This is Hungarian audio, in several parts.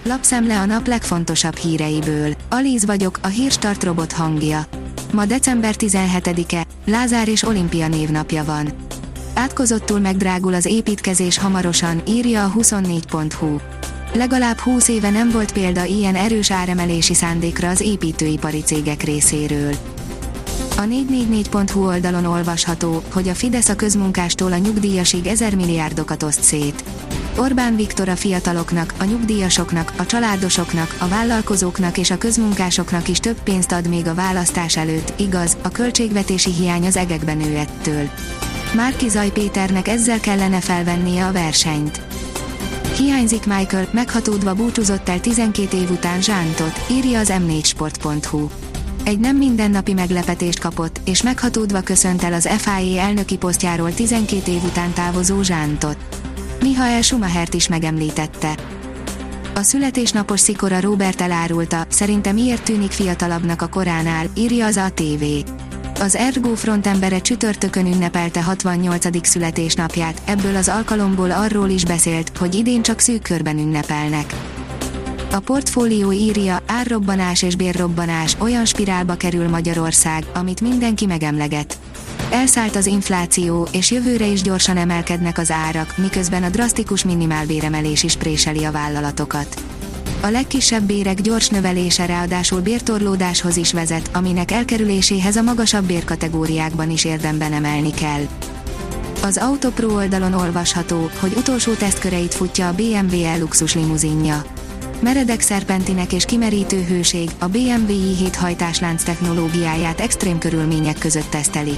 Lapszemle a nap legfontosabb híreiből. Alíz vagyok, a Hírstart robot hangja. Ma december 17-e, Lázár és Olimpia névnapja van. Átkozottul megdrágul az építkezés hamarosan, írja a 24.hu. Legalább 20 éve nem volt példa ilyen erős áremelési szándékra az építőipari cégek részéről. A 444.hu oldalon olvasható, hogy a Fidesz a közmunkástól a nyugdíjasig 1000 milliárdokat oszt szét. Orbán Viktor a fiataloknak, a nyugdíjasoknak, a családosoknak, a vállalkozóknak és a közmunkásoknak is több pénzt ad még a választás előtt, igaz, a költségvetési hiány az egekbe nő ettől. Márki-Zay Péternek ezzel kellene felvennie a versenyt. Hiányzik Michael, meghatódva búcsúzott el 12 év után Zsántot, írja az m4sport.hu. Egy nem mindennapi meglepetést kapott, és meghatódva köszönt el az FIA elnöki posztjáról 12 év után távozó Zsántot. Michael Schumachert is megemlítette. A születésnapos szikora Robert elárulta, szerinte miért tűnik fiatalabbnak a koránál, írja az ATV. Az Ergo frontembere csütörtökön ünnepelte 68. születésnapját, ebből az alkalomból arról is beszélt, hogy idén csak szűk körben ünnepelnek. A Portfólió írja, árrobbanás és bérrobbanás, olyan spirálba kerül Magyarország, amit mindenki megemleget. Elszállt az infláció, és jövőre is gyorsan emelkednek az árak, miközben a drasztikus minimálbéremelés is préseli a vállalatokat. A legkisebb bérek gyors növelése ráadásul bértorlódáshoz is vezet, aminek elkerüléséhez a magasabb bérkategóriákban is érdemben emelni kell. Az Autopro oldalon olvasható, hogy utolsó tesztköreit futja a BMW E-luxus limuzinja. Meredek szerpentinek és kimerítő hőség, a BMW i7 hajtáslánc technológiáját extrém körülmények között tesztelik.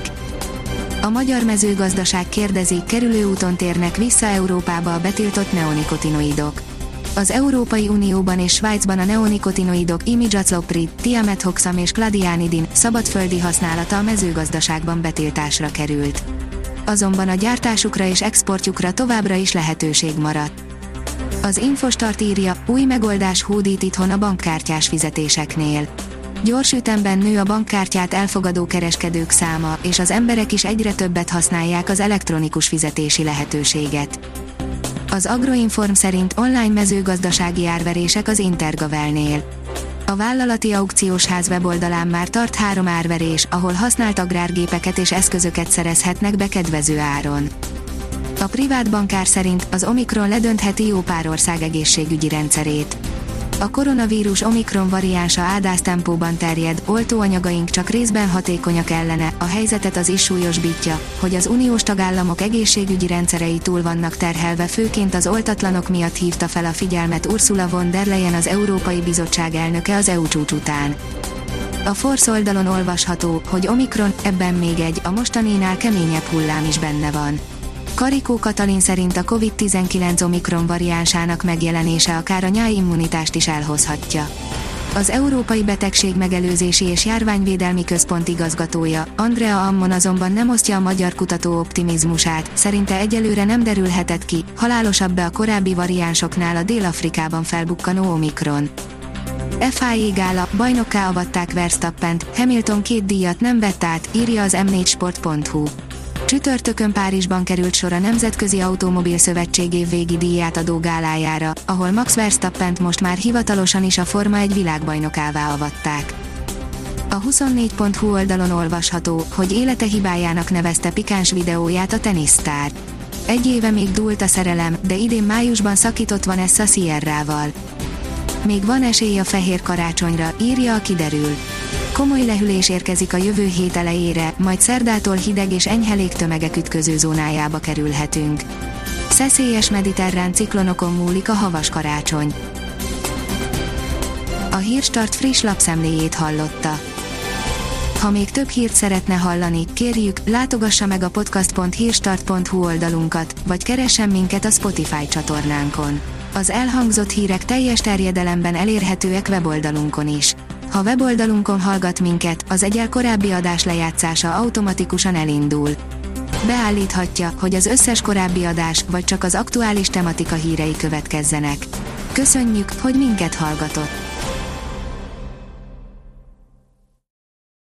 A magyar mezőgazdaság kérdezi, kerülőúton térnek vissza Európába a betiltott neonikotinoidok. Az Európai Unióban és Svájcban a neonikotinoidok imidacloprid, tiamethoxam és kladianidin szabadföldi használata a mezőgazdaságban betiltásra került. Azonban a gyártásukra és exportjukra továbbra is lehetőség maradt. Az Infostart írja, új megoldás hódít itthon a bankkártyás fizetéseknél. Gyors ütemben nő a bankkártyát elfogadó kereskedők száma, és az emberek is egyre többet használják az elektronikus fizetési lehetőséget. Az Agroinform szerint online mezőgazdasági árverések az Intergavelnél. A vállalati aukciós ház weboldalán már tart 3 árverés, ahol használt agrárgépeket és eszközöket szerezhetnek be kedvező áron. A privát bankár szerint az Omikron ledöntheti jó pár ország egészségügyi rendszerét. A koronavírus Omikron variánsa ádásztempóban terjed, oltóanyagaink csak részben hatékonyak ellene, a helyzetet az is súlyosbítja, hogy az uniós tagállamok egészségügyi rendszerei túl vannak terhelve, főként az oltatlanok miatt hívta fel a figyelmet Ursula von der Leyen, az Európai Bizottság elnöke az EU csúcs után. A Force oldalon olvasható, hogy Omikron, ebben még egy, a mostaninál keményebb hullám is benne van. Karikó Katalin szerint a COVID-19 Omikron variánsának megjelenése akár a nyájimmunitást is elhozhatja. Az Európai Betegség Megelőzési és Járványvédelmi Központ igazgatója, Andrea Ammon azonban nem osztja a magyar kutató optimizmusát, szerinte egyelőre nem derülhetett ki, halálosabb-e a korábbi variánsoknál a Dél-Afrikában felbukkanó Omikron. FIA gála, bajnokká avatták Verstappent, Hamilton 2 díjat nem vett át, írja az m4sport.hu. Csütörtökön Párizsban került sor a Nemzetközi Automobil Szövetség évvégi díját adó gálájára, ahol Max Verstappent most már hivatalosan is a Forma 1 világbajnokává avatták. A 24.hu oldalon olvasható, hogy élete hibájának nevezte pikáns videóját a tenisztár. Egy éve még dúlt a szerelem, de idén májusban szakított Vanessa Sierrával. Még van esély a fehér karácsonyra, írja a Kiderül. Komoly lehűlés érkezik a jövő hét elejére, majd szerdától hideg és enyhe légtömegek ütköző zónájába kerülhetünk. Szeszélyes mediterrán ciklonokon múlik a havas karácsony. A Hírstart friss lapszemléjét hallotta. Ha még több hírt szeretne hallani, kérjük, látogassa meg a podcast.hírstart.hu oldalunkat, vagy keressen minket a Spotify csatornánkon. Az elhangzott hírek teljes terjedelemben elérhetőek weboldalunkon is. Ha weboldalunkon hallgat minket, az egyel korábbi adás lejátszása automatikusan elindul. Beállíthatja, hogy az összes korábbi adás, vagy csak az aktuális tematika hírei következzenek. Köszönjük, hogy minket hallgatott!